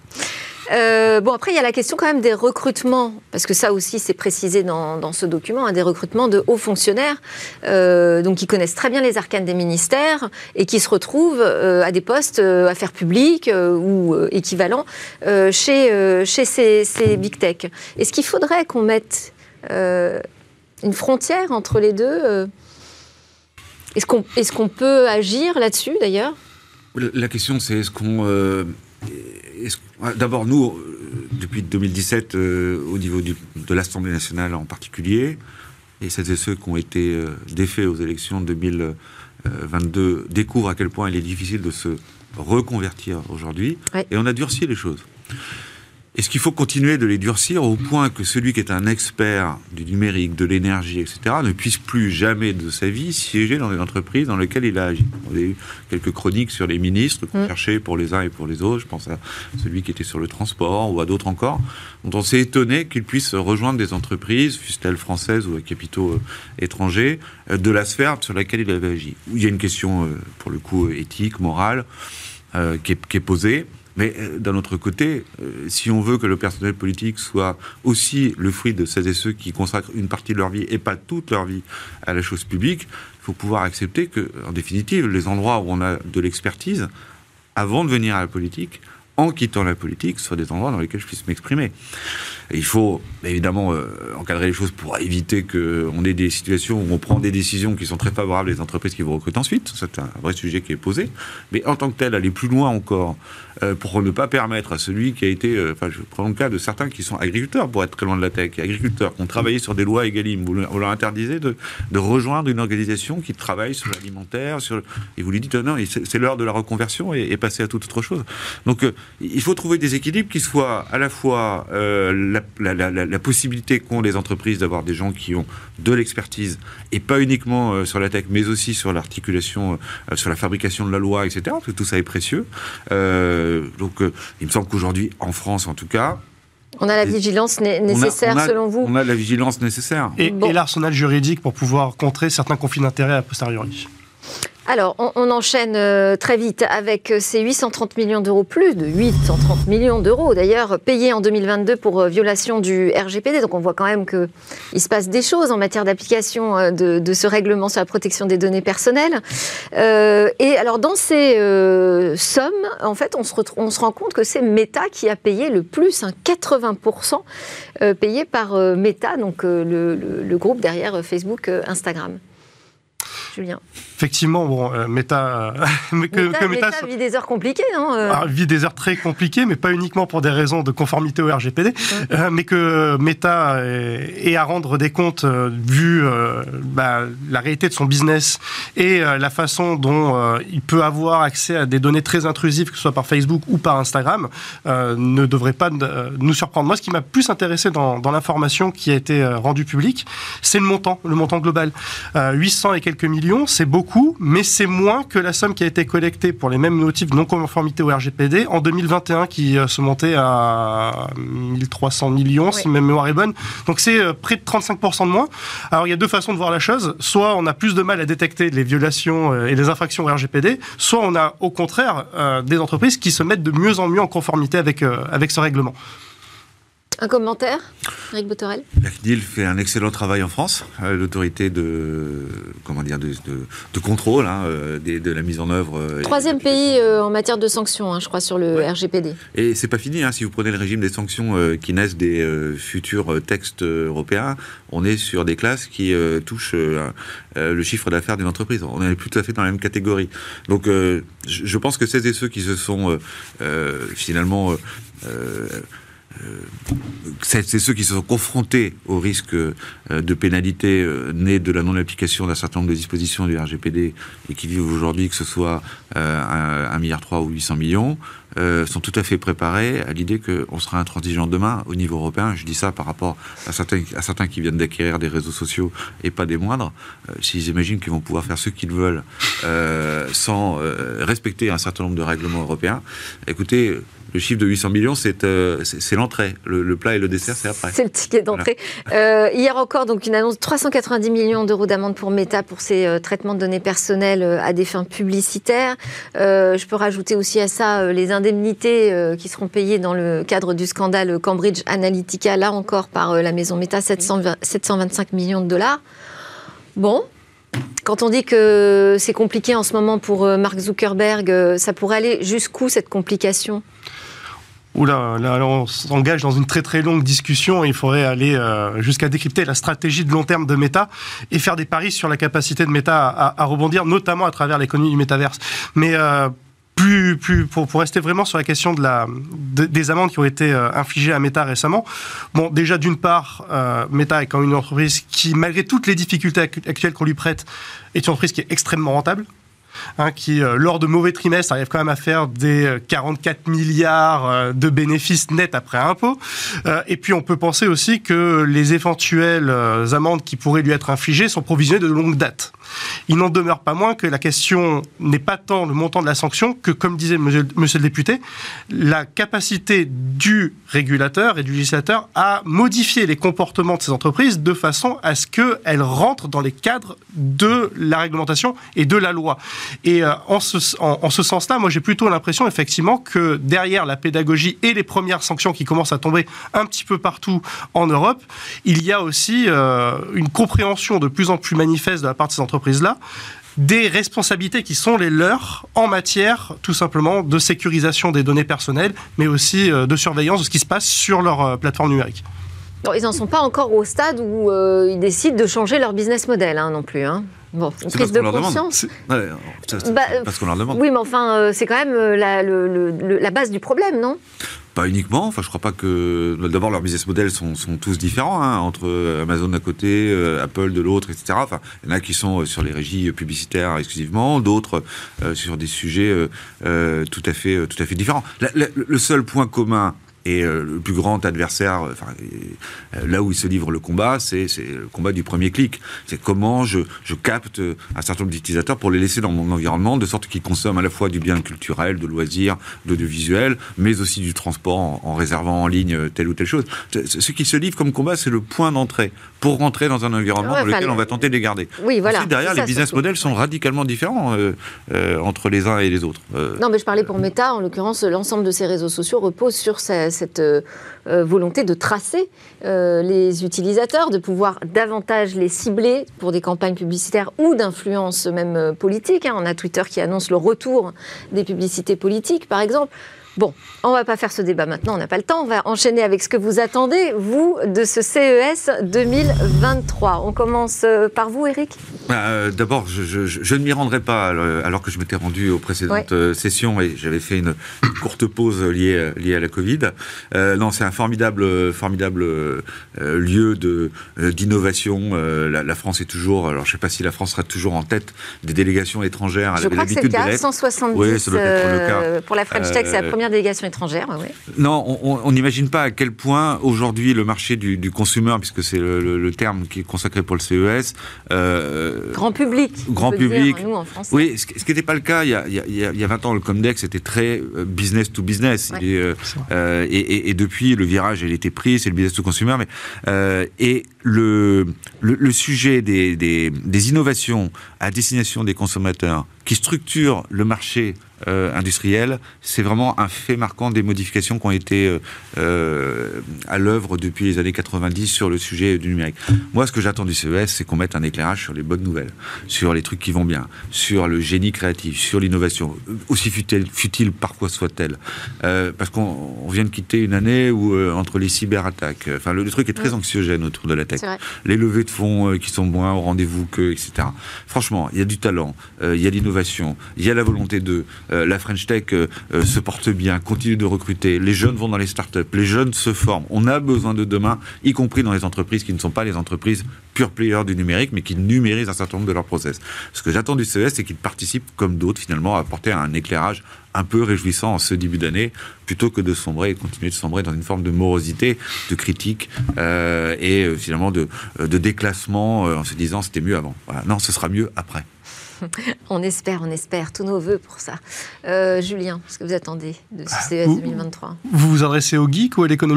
Euh, bon, après, il y a la question quand même des recrutements, parce que ça aussi, c'est précisé dans, dans ce document, hein, des recrutements de hauts fonctionnaires, euh, donc qui connaissent très bien les arcanes des ministères et qui se retrouvent euh, à des postes euh, affaires publiques euh, ou euh, équivalents euh, chez, euh, chez ces, ces big tech. Est-ce qu'il faudrait qu'on mette euh, une frontière entre les deux euh, est-ce qu'on, est-ce qu'on peut agir là-dessus, d'ailleurs ? La question, c'est est-ce qu'on... Euh... D'abord, nous, depuis deux mille dix-sept, euh, au niveau du, de l'Assemblée nationale en particulier, et celles et ceux qui ont été euh, défaits aux élections de deux mille vingt-deux découvrent à quel point il est difficile de se reconvertir aujourd'hui, ouais. Et on a durci les choses. Est-ce qu'il faut continuer de les durcir au point que celui qui est un expert du numérique, de l'énergie, et cetera, ne puisse plus jamais de sa vie siéger dans une entreprise dans laquelle il a agi ? On a eu quelques chroniques sur les ministres qu'on mmh. cherchait pour les uns et pour les autres. Je pense à celui qui était sur le transport ou à d'autres encore, dont on s'est étonné qu'ils puissent rejoindre des entreprises, fussent-elles françaises ou à capitaux euh, étrangers, euh, de la sphère sur laquelle il avait agi. Il y a une question, euh, pour le coup, éthique, morale, euh, qui, est, qui est posée. Mais euh, d'un autre côté, euh, si on veut que le personnel politique soit aussi le fruit de celles et ceux qui consacrent une partie de leur vie et pas toute leur vie à la chose publique, il faut pouvoir accepter que, en définitive, les endroits où on a de l'expertise, avant de venir à la politique, en quittant la politique, soient des endroits dans lesquels je puisse m'exprimer. Et il faut évidemment euh, encadrer les choses pour éviter qu'on ait des situations où on prend des décisions qui sont très favorables aux entreprises qui vous recrutent ensuite. C'est un vrai sujet qui est posé. Mais en tant que tel, aller plus loin encore, euh, pour ne pas permettre à celui qui a été... Euh, enfin, je prends le cas de certains qui sont agriculteurs, pour être très loin de la tech, agriculteurs, qui ont travaillé sur des lois Egalim. Vous leur interdisez de, de rejoindre une organisation qui travaille sur l'alimentaire, sur, et vous lui dites, non, c'est, c'est l'heure de la reconversion et, et passer à toute autre chose. Donc, euh, il faut trouver des équilibres qui soient à la fois euh, la, la, la, la possibilité qu'ont les entreprises d'avoir des gens qui ont de l'expertise, et pas uniquement euh, sur la tech, mais aussi sur l'articulation, euh, sur la fabrication de la loi, et cetera, parce que tout ça est précieux. Euh, donc, euh, il me semble qu'aujourd'hui, en France en tout cas, on a la vigilance né- nécessaire, on a, on a, selon vous ? On a la vigilance nécessaire. Et, bon. et l'arsenal juridique pour pouvoir contrer certains conflits d'intérêts a posteriori. Alors, on, on enchaîne euh, très vite avec ces huit cent trente millions d'euros, plus de huit cent trente millions d'euros d'ailleurs, payés en deux mille vingt-deux pour euh, violation du R G P D. Donc, on voit quand même qu'il se passe des choses en matière d'application euh, de, de ce règlement sur la protection des données personnelles. Euh, et alors, dans ces euh, sommes, en fait, on se, retrouve, on se rend compte que c'est Meta qui a payé le plus, hein, quatre-vingts pour cent euh, payé par euh, Meta, donc euh, le, le, le groupe derrière euh, Facebook, euh, Instagram. Julien. Effectivement, bon, euh, Meta, euh, que, Meta, que Meta, Meta vit des heures compliquées, non euh... ah, vit des heures très compliquées, mais pas uniquement pour des raisons de conformité au R G P D, ouais. euh, mais que Meta ait à rendre des comptes euh, vu euh, bah, la réalité de son business et euh, la façon dont euh, il peut avoir accès à des données très intrusives, que ce soit par Facebook ou par Instagram, euh, ne devrait pas euh, nous surprendre. Moi, ce qui m'a plus intéressé dans, dans l'information qui a été euh, rendue publique, c'est le montant, le montant global. Euh, huit cents et quelques millions, c'est beaucoup. Mais c'est moins que la somme qui a été collectée pour les mêmes motifs de non-conformité au R G P D en deux mille vingt et un, qui se montait à mille trois cents millions, oui. si ma mémoire est bonne. Donc c'est près de trente-cinq pour cent de moins. Alors il y a deux façons de voir la chose. Soit on a plus de mal à détecter les violations et les infractions au R G P D, soit on a au contraire euh, des entreprises qui se mettent de mieux en mieux en conformité avec, euh, avec ce règlement. Un commentaire, Eric Boterel? La C N I L fait un excellent travail en France, euh, l'autorité de, comment dire, de, de, de contrôle hein, euh, de, de la mise en œuvre. Euh, Troisième pays euh, en matière de sanctions, hein, je crois, sur le ouais. R G P D. Et c'est pas fini, hein, si vous prenez le régime des sanctions euh, qui naissent des euh, futurs textes euh, européens, on est sur des classes qui euh, touchent euh, euh, le chiffre d'affaires d'une entreprise. On est plus tout à fait dans la même catégorie. Donc euh, je pense que celles et ceux qui se sont euh, euh, finalement... Euh, Euh, c'est, c'est ceux qui se sont confrontés au risque euh, de pénalité euh, né de la non-application d'un certain nombre de dispositions du R G P D et qui vivent aujourd'hui, que ce soit euh, un virgule trois milliard ou huit cents millions, euh, sont tout à fait préparés à l'idée qu'on sera intransigeant demain au niveau européen. Je dis ça par rapport à certains, à certains qui viennent d'acquérir des réseaux sociaux et pas des moindres. Euh, s'ils imaginent qu'ils vont pouvoir faire ce qu'ils veulent euh, sans euh, respecter un certain nombre de règlements européens, écoutez... Le chiffre de huit cents millions, c'est, euh, c'est, c'est l'entrée. Le, le plat et le dessert, c'est après. C'est le ticket d'entrée. Voilà. Euh, hier encore, donc, une annonce de trois cent quatre-vingt-dix millions d'euros d'amende pour Meta pour ses euh, traitements de données personnelles euh, à des fins publicitaires. Euh, je peux rajouter aussi à ça euh, les indemnités euh, qui seront payées dans le cadre du scandale Cambridge Analytica, là encore par euh, la maison Meta, sept cent vingt-cinq millions de dollars. Bon. Quand on dit que c'est compliqué en ce moment pour euh, Mark Zuckerberg, euh, ça pourrait aller jusqu'où cette complication ? Oula, là, là, on s'engage dans une très très longue discussion. Il faudrait aller euh, jusqu'à décrypter la stratégie de long terme de Meta et faire des paris sur la capacité de Meta à, à rebondir, notamment à travers l'économie du métaverse. Mais euh, plus, plus, pour, pour rester vraiment sur la question de la, de, des amendes qui ont été euh, infligées à Meta récemment, bon, déjà d'une part, euh, Meta est quand même une entreprise qui, malgré toutes les difficultés actuelles qu'on lui prête, est une entreprise qui est extrêmement rentable. Hein, qui, euh, lors de mauvais trimestres, arrive quand même à faire des euh, quarante-quatre milliards euh, de bénéfices nets après impôts. Euh, et puis, on peut penser aussi que les éventuelles euh, amendes qui pourraient lui être infligées sont provisionnées de longue date. Il n'en demeure pas moins que la question n'est pas tant le montant de la sanction que, comme disait monsieur, monsieur le député, la capacité du régulateur et du législateur à modifier les comportements de ces entreprises de façon à ce qu'elles rentrent dans les cadres de la réglementation et de la loi. Et euh, en, ce, en, en ce sens-là, moi j'ai plutôt l'impression effectivement que derrière la pédagogie et les premières sanctions qui commencent à tomber un petit peu partout en Europe, il y a aussi euh, une compréhension de plus en plus manifeste de la part de ces entreprises-là des responsabilités qui sont les leurs en matière tout simplement de sécurisation des données personnelles, mais aussi euh, de surveillance de ce qui se passe sur leur euh, plateforme numérique. Non, ils n'en sont pas encore au stade où euh, ils décident de changer leur business model hein, non plus. Hein. Bon, une c'est prise de conscience. Ouais, c'est bah, parce qu'on leur demande. Oui, mais enfin, euh, c'est quand même la, le, le, la base du problème, non ? Pas uniquement. Enfin, je crois pas que. D'abord, leurs business models sont, sont tous différents hein, entre Amazon d'un côté, euh, Apple de l'autre, et cetera. Enfin, il y en a qui sont sur les régies publicitaires exclusivement, d'autres euh, sur des sujets euh, euh, tout à fait, tout à fait différents. La, la, le seul point commun, et euh, le plus grand adversaire, enfin, euh, là où il se livre le combat, c'est, c'est le combat du premier clic. C'est comment je, je capte un certain nombre d'utilisateurs pour les laisser dans mon environnement, de sorte qu'ils consomment à la fois du bien culturel, de loisirs, d'audiovisuel, mais aussi du transport en, en réservant en ligne telle ou telle chose. Ce qui se livre comme combat, c'est le point d'entrée pour rentrer dans un environnement ouais, dans lequel le... on va tenter de les garder. Oui, voilà. Ensuite, derrière, les ça, business surtout. models sont radicalement différents euh, euh, entre les uns et les autres. Euh, non, mais je parlais pour Meta, en l'occurrence, l'ensemble de ces réseaux sociaux repose sur sa, cette euh, volonté de tracer euh, les utilisateurs, de pouvoir davantage les cibler pour des campagnes publicitaires ou d'influence même euh, politique. Hein. On a Twitter qui annonce le retour des publicités politiques, par exemple. Bon, on ne va pas faire ce débat maintenant, on n'a pas le temps. On va enchaîner avec ce que vous attendez, vous, de ce C E S deux mille vingt-trois. On commence par vous, Eric ? euh, D'abord, je, je, je ne m'y rendrai pas, alors que je m'étais rendu aux précédentes ouais. sessions et j'avais fait une, une courte pause liée, liée à la Covid. Euh, non, c'est un formidable, formidable euh, lieu de, euh, d'innovation. Euh, la, la France est toujours, alors je ne sais pas si la France sera toujours en tête des délégations étrangères. Je crois que c'est le cas, cent soixante-dix oui, ça doit être le cas. Euh, pour la French Tech, euh, c'est la première délégation étrangère. Ouais. Non, on n'imagine pas à quel point aujourd'hui le marché du, du consumer, puisque c'est le, le, le terme qui est consacré pour le C E S. Euh, grand public. Grand public. Dire, nous, en France. Oui, ce qui n'était pas le cas il y, a, il, y a, il y a vingt ans, le Comdex était très business to business. Ouais. Et, euh, et, et, et depuis, le virage, il était pris, c'est le business to consumer. Mais, euh, et le, le, le sujet des, des, des innovations à destination des consommateurs qui structurent le marché Euh, industriel, c'est vraiment un fait marquant des modifications qui ont été euh, euh, à l'œuvre depuis les années quatre-vingt-dix sur le sujet du numérique. Moi, ce que j'attends du C E S, c'est qu'on mette un éclairage sur les bonnes nouvelles, sur les trucs qui vont bien, sur le génie créatif, sur l'innovation, aussi futile, futile parfois soit-elle. Euh, parce qu'on on vient de quitter une année où, euh, entre les cyberattaques, euh, enfin, le, le truc est très anxiogène autour de la tech. Les levées de fonds euh, qui sont moins au rendez-vous qu'eux, et cetera. Franchement, il y a du talent, euh, il y a l'innovation, il y a la volonté de Euh, la French Tech euh, euh, se porte bien, continue de recruter, les jeunes vont dans les startups, les jeunes se forment. On a besoin de demain, y compris dans les entreprises qui ne sont pas les entreprises pure players du numérique, mais qui numérisent un certain nombre de leurs process. Ce que j'attends du C E S, c'est qu'ils participent, comme d'autres, finalement, à apporter un éclairage un peu réjouissant en ce début d'année, plutôt que de sombrer et de continuer de sombrer dans une forme de morosité, de critique euh, et euh, finalement de, de déclassement euh, en se disant c'était mieux avant. Voilà. Non, ce sera mieux après. On espère, on espère, tous nos voeux pour ça. Euh, Julien, ce que vous attendez de ce C E S deux mille vingt-trois ? Vous vous adressez aux geeks ou à l'économiste ?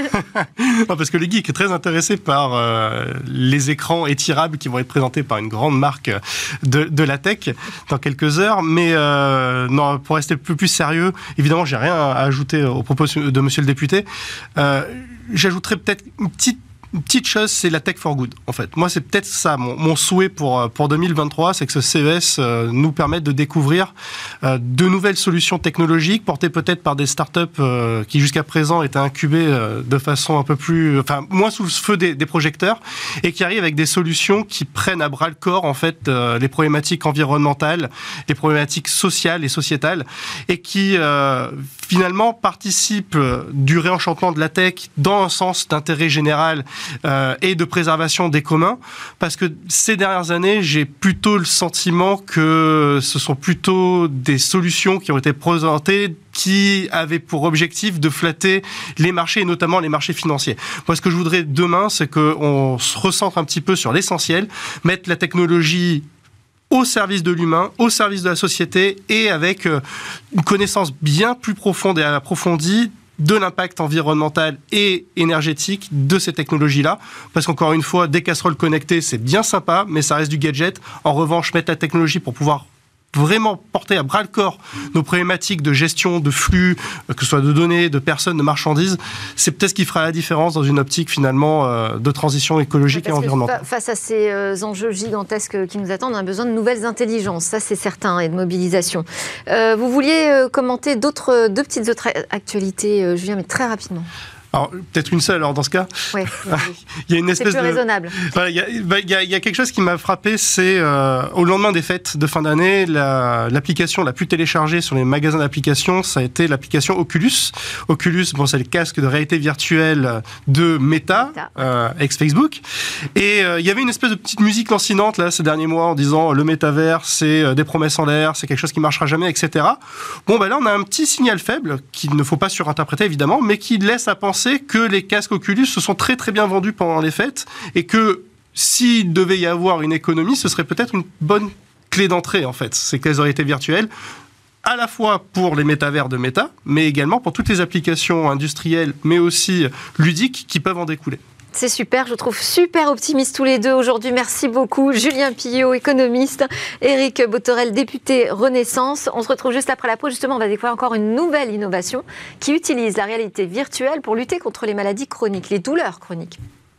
Non, parce que les geeks sont très intéressés par euh, les écrans étirables qui vont être présentés par une grande marque de, de la tech dans quelques heures. Mais euh, non, pour rester plus, plus sérieux, évidemment, j'ai rien à ajouter aux propos de monsieur le député. Euh, j'ajouterais peut-être une petite Une petite chose, c'est la tech for good, en fait. Moi, c'est peut-être ça, mon, mon souhait pour, pour deux mille vingt-trois, c'est que ce C E S euh, nous permette de découvrir euh, de nouvelles solutions technologiques, portées peut-être par des startups euh, qui, jusqu'à présent, étaient incubées euh, de façon un peu plus... Enfin, moins sous le feu des, des projecteurs, et qui arrivent avec des solutions qui prennent à bras-le-corps, en fait, euh, les problématiques environnementales, les problématiques sociales et sociétales, et qui, euh, finalement, participent du réenchantement de la tech dans un sens d'intérêt général Euh, et de préservation des communs, parce que ces dernières années, j'ai plutôt le sentiment que ce sont plutôt des solutions qui ont été présentées qui avaient pour objectif de flatter les marchés, et notamment les marchés financiers. Moi, ce que je voudrais demain, c'est qu'on se recentre un petit peu sur l'essentiel, mettre la technologie au service de l'humain, au service de la société, et avec une connaissance bien plus profonde et approfondie de l'impact environnemental et énergétique de ces technologies-là. Parce qu'encore une fois, des casseroles connectées, c'est bien sympa, mais ça reste du gadget. En revanche, mettre la technologie pour pouvoir vraiment porter à bras-le-corps nos problématiques de gestion, de flux, que ce soit de données, de personnes, de marchandises, c'est peut-être ce qui fera la différence dans une optique finalement de transition écologique Parce et environnementale. Face à ces enjeux gigantesques qui nous attendent, on a besoin de nouvelles intelligences, ça c'est certain, et de mobilisation. Euh, vous vouliez commenter d'autres, deux petites autres actualités, Julien, mais très rapidement. Alors, peut-être une seule, alors, dans ce cas. Oui. Il y a une espèce c'est plus de... raisonnable. Voilà, il, y a, bah, il, y a, il y a quelque chose qui m'a frappé, c'est euh, au lendemain des fêtes de fin d'année, la, l'application la plus téléchargée sur les magasins d'applications, ça a été l'application Oculus. Oculus, bon, c'est le casque de réalité virtuelle de Meta, Meta. Euh, ex-Facebook. Et euh, il y avait une espèce de petite musique lancinante, là, ces derniers mois, en disant le métavers, c'est euh, des promesses en l'air, c'est quelque chose qui marchera jamais, et cetera. Bon, ben là, on a un petit signal faible, qu'il ne faut pas surinterpréter, évidemment, mais qui laisse à penser que les casques Oculus se sont très très bien vendus pendant les fêtes et que s'il devait y avoir une économie, ce serait peut-être une bonne clé d'entrée en fait, ces clés de réalité virtuelle, à la fois pour les métavers de Meta, mais également pour toutes les applications industrielles, mais aussi ludiques qui peuvent en découler. C'est super, je vous trouve super optimistes tous les deux aujourd'hui. Merci beaucoup. Julien Pillot, économiste, Éric Bothorel, député Renaissance. On se retrouve juste après la pause. Justement, on va découvrir encore une nouvelle innovation qui utilise la réalité virtuelle pour lutter contre les maladies chroniques, les douleurs chroniques.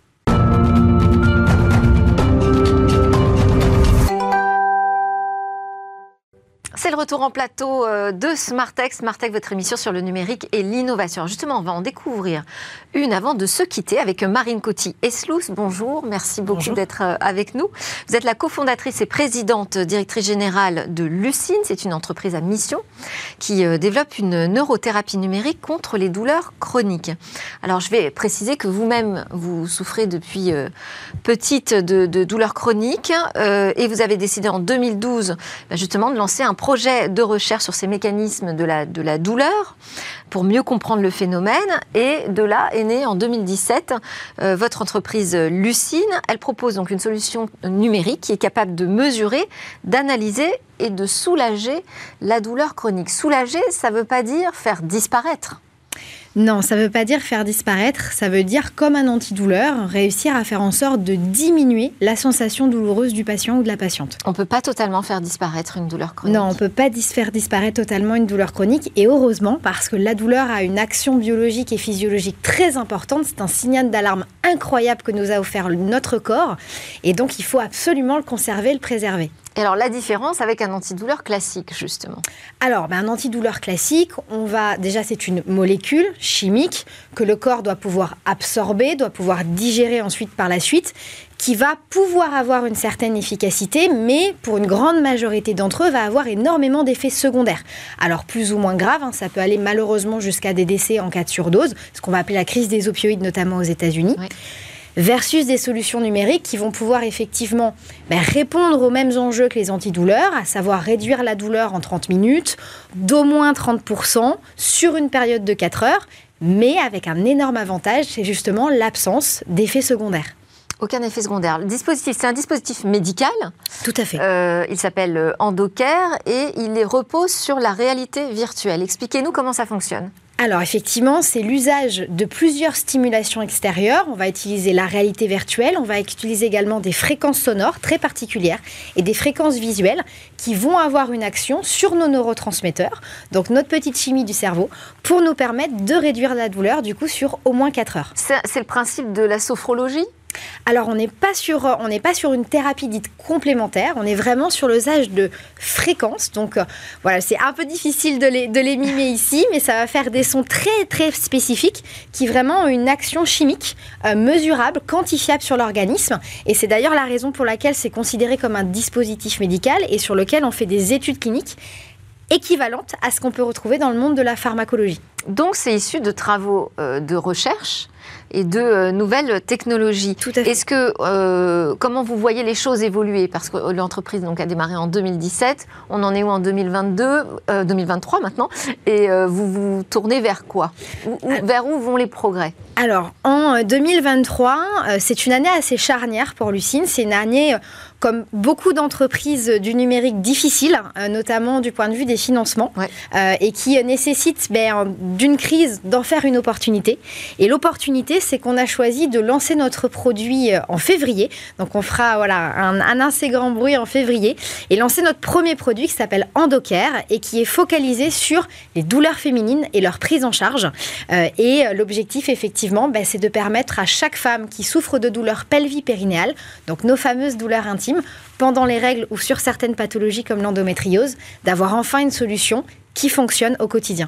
C'est le retour en plateau de Smartech. Smartech, votre émission sur le numérique et l'innovation. Justement, on va en découvrir une avant de se quitter avec Marine Coty-Eslous. Bonjour, merci beaucoup Bonjour. d'être avec nous. Vous êtes la cofondatrice et présidente, directrice générale de Lucine. C'est une entreprise à mission qui développe une neurothérapie numérique contre les douleurs chroniques. Alors, je vais préciser que vous-même, vous souffrez depuis petite de, de douleurs chroniques euh, et vous avez décidé en deux mille douze bah, justement de lancer un projet de recherche sur ces mécanismes de la, de la douleur pour mieux comprendre le phénomène. Et de là est née en deux mille dix-sept euh, votre entreprise Lucine. Elle propose donc une solution numérique qui est capable de mesurer, d'analyser et de soulager la douleur chronique. Soulager, ça ne veut pas dire faire disparaître. Non, ça ne veut pas dire faire disparaître, ça veut dire, comme un antidouleur, réussir à faire en sorte de diminuer la sensation douloureuse du patient ou de la patiente. On ne peut pas totalement faire disparaître une douleur chronique. Non, on ne peut pas dis- faire disparaître totalement une douleur chronique, et heureusement, parce que la douleur a une action biologique et physiologique très importante, c'est un signal d'alarme incroyable que nous a offert notre corps, et donc il faut absolument le conserver, le préserver. Et alors, la différence avec un antidouleur classique, justement? Alors, ben, un antidouleur classique, on va, déjà, c'est une molécule chimique que le corps doit pouvoir absorber, doit pouvoir digérer ensuite par la suite, qui va pouvoir avoir une certaine efficacité, mais pour une grande majorité d'entre eux, va avoir énormément d'effets secondaires. Alors, plus ou moins graves, hein, ça peut aller malheureusement jusqu'à des décès en cas de surdose, ce qu'on va appeler la crise des opioïdes, notamment aux États-Unis. Oui. Versus des solutions numériques qui vont pouvoir effectivement ben, répondre aux mêmes enjeux que les antidouleurs, à savoir réduire la douleur en trente minutes, d'au moins trente pour cent sur une période de quatre heures, mais avec un énorme avantage, c'est justement l'absence d'effets secondaires. Aucun effet secondaire. Le dispositif, c'est un dispositif médical. Tout à fait. Euh, il s'appelle Endocare et il repose sur la réalité virtuelle. Expliquez-nous comment ça fonctionne. Alors effectivement, c'est l'usage de plusieurs stimulations extérieures. On va utiliser la réalité virtuelle, on va utiliser également des fréquences sonores très particulières et des fréquences visuelles qui vont avoir une action sur nos neurotransmetteurs, donc notre petite chimie du cerveau, pour nous permettre de réduire la douleur du coup sur au moins quatre heures. C'est, c'est le principe de la sophrologie ? Alors, on n'est pas sur, on n'est pas sur une thérapie dite complémentaire, on est vraiment sur l'usage de fréquences. Donc, euh, voilà, c'est un peu difficile de les, de les mimer ici, mais ça va faire des sons très, très spécifiques qui vraiment ont une action chimique euh, mesurable, quantifiable sur l'organisme. Et c'est d'ailleurs la raison pour laquelle c'est considéré comme un dispositif médical et sur lequel on fait des études cliniques équivalentes à ce qu'on peut retrouver dans le monde de la pharmacologie. Donc, c'est issu de travaux euh, de recherche et de euh, nouvelles technologies. Tout à fait. Est-ce que, euh, comment vous voyez les choses évoluer? Parce que l'entreprise donc, a démarré en deux mille dix-sept, on en est où en deux mille vingt-deux, euh, deux mille vingt-trois maintenant, et euh, vous vous tournez vers quoi? Où, où, vers où vont les progrès? Alors, en deux mille vingt-trois, euh, c'est une année assez charnière pour Lucine. C'est une année, euh, comme beaucoup d'entreprises du numérique, difficile, euh, notamment du point de vue des financements, ouais. euh, et qui nécessite ben, d'une crise d'en faire une opportunité. Et l'opportunité, c'est qu'on a choisi de lancer notre produit en février. Donc, on fera voilà, un, un assez grand bruit en février. Et lancer notre premier produit qui s'appelle Endocare et qui est focalisé sur les douleurs féminines et leur prise en charge. Euh, et l'objectif, effectivement, ben, c'est de permettre à chaque femme qui souffre de douleurs pelvipérinéales, donc nos fameuses douleurs intimes, pendant les règles ou sur certaines pathologies comme l'endométriose, d'avoir enfin une solution qui fonctionne au quotidien.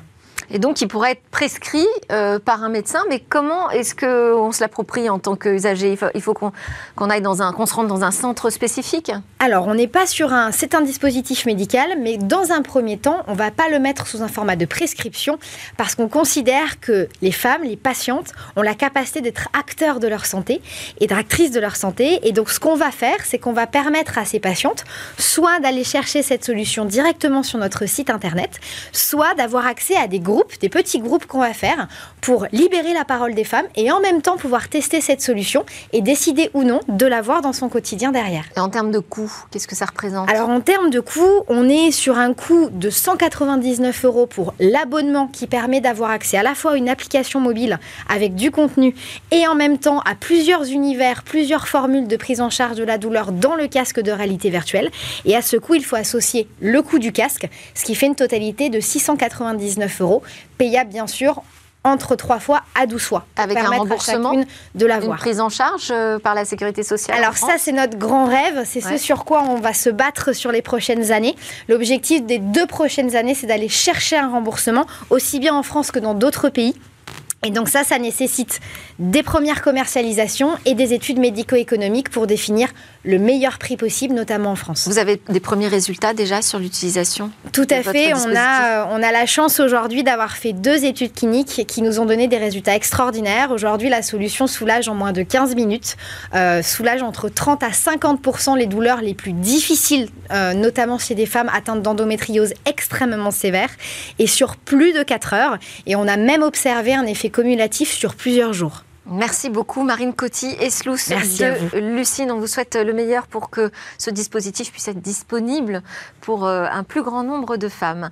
Et donc, il pourrait être prescrit euh, par un médecin, mais comment est-ce qu'on se l'approprie en tant qu'usager ? Il faut, il faut qu'on, qu'on aille dans un, qu'on se rende dans un centre spécifique ? Alors, on n'est pas sur un... C'est un dispositif médical, mais dans un premier temps, on ne va pas le mettre sous un format de prescription parce qu'on considère que les femmes, les patientes, ont la capacité d'être acteurs de leur santé et d'actrices de leur santé. Et donc, ce qu'on va faire, c'est qu'on va permettre à ces patientes soit d'aller chercher cette solution directement sur notre site internet, soit d'avoir accès à des groupes, des petits groupes qu'on va faire pour libérer la parole des femmes et en même temps pouvoir tester cette solution et décider ou non de l'avoir dans son quotidien derrière. Et en termes de coût, qu'est-ce que ça représente ? Alors en termes de coût, on est sur un coût de cent quatre-vingt-dix-neuf euros pour l'abonnement qui permet d'avoir accès à la fois à une application mobile avec du contenu et en même temps à plusieurs univers, plusieurs formules de prise en charge de la douleur dans le casque de réalité virtuelle. Et à ce coût, il faut associer le coût du casque, ce qui fait une totalité de six cent quatre-vingt-dix-neuf euros, payable bien sûr entre trois fois à douze fois. Avec un remboursement, de l'avoir. Une prise en charge euh, par la Sécurité sociale. Alors ça, c'est notre grand rêve. C'est ouais. ce sur quoi on va se battre sur les prochaines années. L'objectif des deux prochaines années, c'est d'aller chercher un remboursement, aussi bien en France que dans d'autres pays. Et donc ça, ça nécessite des premières commercialisations et des études médico-économiques pour définir le meilleur prix possible, notamment en France. Vous avez des premiers résultats déjà sur l'utilisation ? Tout à fait. On a, on a la chance aujourd'hui d'avoir fait deux études cliniques qui nous ont donné des résultats extraordinaires. Aujourd'hui, la solution soulage en moins de quinze minutes, euh, soulage entre trente à cinquante pour cent les douleurs les plus difficiles, euh, notamment chez des femmes atteintes d'endométriose extrêmement sévère, et sur plus de quatre heures. Et on a même observé un effet cumulatif sur plusieurs jours. Merci beaucoup Marine Coty-Eslous de Lucine. On vous souhaite le meilleur pour que ce dispositif puisse être disponible pour un plus grand nombre de femmes.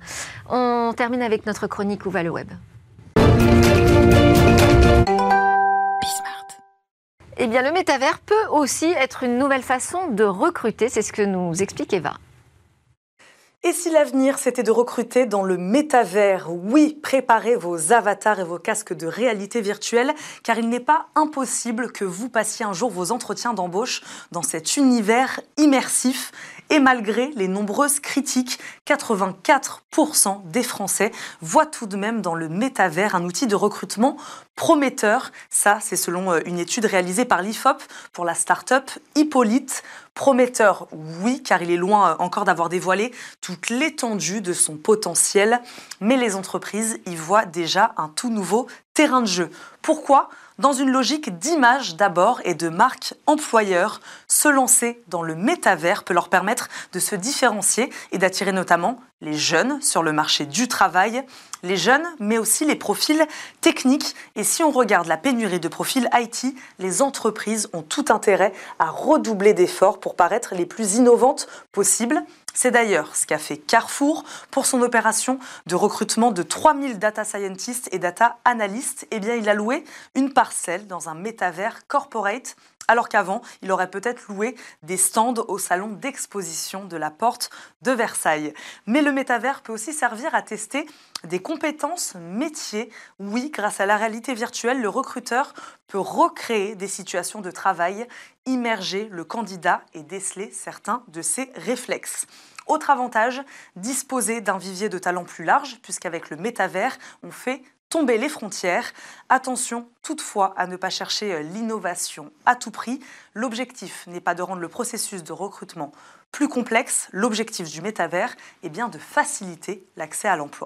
On termine avec notre chronique Où va le web ? Eh bien, le métavers peut aussi être une nouvelle façon de recruter. C'est ce que nous explique Eva. Et si l'avenir, c'était de recruter dans le métavers ? Oui, préparez vos avatars et vos casques de réalité virtuelle, car il n'est pas impossible que vous passiez un jour vos entretiens d'embauche dans cet univers immersif. Et malgré les nombreuses critiques, quatre-vingt-quatre pour cent des Français voient tout de même dans le métavers un outil de recrutement prometteur. Ça, c'est selon une étude réalisée par l'I F O P pour la start-up Hippolyte. Prometteur, oui, car il est loin encore d'avoir dévoilé toute l'étendue de son potentiel. Mais les entreprises y voient déjà un tout nouveau terrain de jeu. Pourquoi ? Dans une logique d'image d'abord et de marque employeur, se lancer dans le métavers peut leur permettre de se différencier et d'attirer notamment les jeunes sur le marché du travail. Les jeunes, mais aussi les profils techniques. Et si on regarde la pénurie de profils I T, les entreprises ont tout intérêt à redoubler d'efforts pour paraître les plus innovantes possibles. C'est d'ailleurs ce qu'a fait Carrefour pour son opération de recrutement de trois mille data scientists et data analysts. Eh bien, il a loué une parcelle dans un métavers corporate, alors qu'avant, il aurait peut-être loué des stands au salon d'exposition de la Porte de Versailles. Mais le métavers peut aussi servir à tester des compétences métiers. Oui, grâce à la réalité virtuelle, le recruteur peut recréer des situations de travail, immerger le candidat et déceler certains de ses réflexes. Autre avantage, disposer d'un vivier de talents plus large, puisqu'avec le métavers, on fait tomber les frontières. Attention toutefois à ne pas chercher l'innovation à tout prix. L'objectif n'est pas de rendre le processus de recrutement plus complexe. L'objectif du métavers est bien de faciliter l'accès à l'emploi.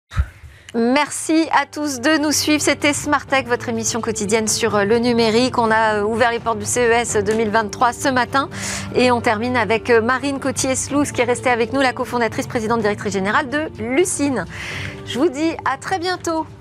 Merci à tous de nous suivre. C'était Smart Tech, votre émission quotidienne sur le numérique. On a ouvert les portes du C E S deux mille vingt-trois ce matin et on termine avec Marine Coty-Eslous qui est restée avec nous, la cofondatrice, présidente directrice générale de Lucine. Je vous dis à très bientôt.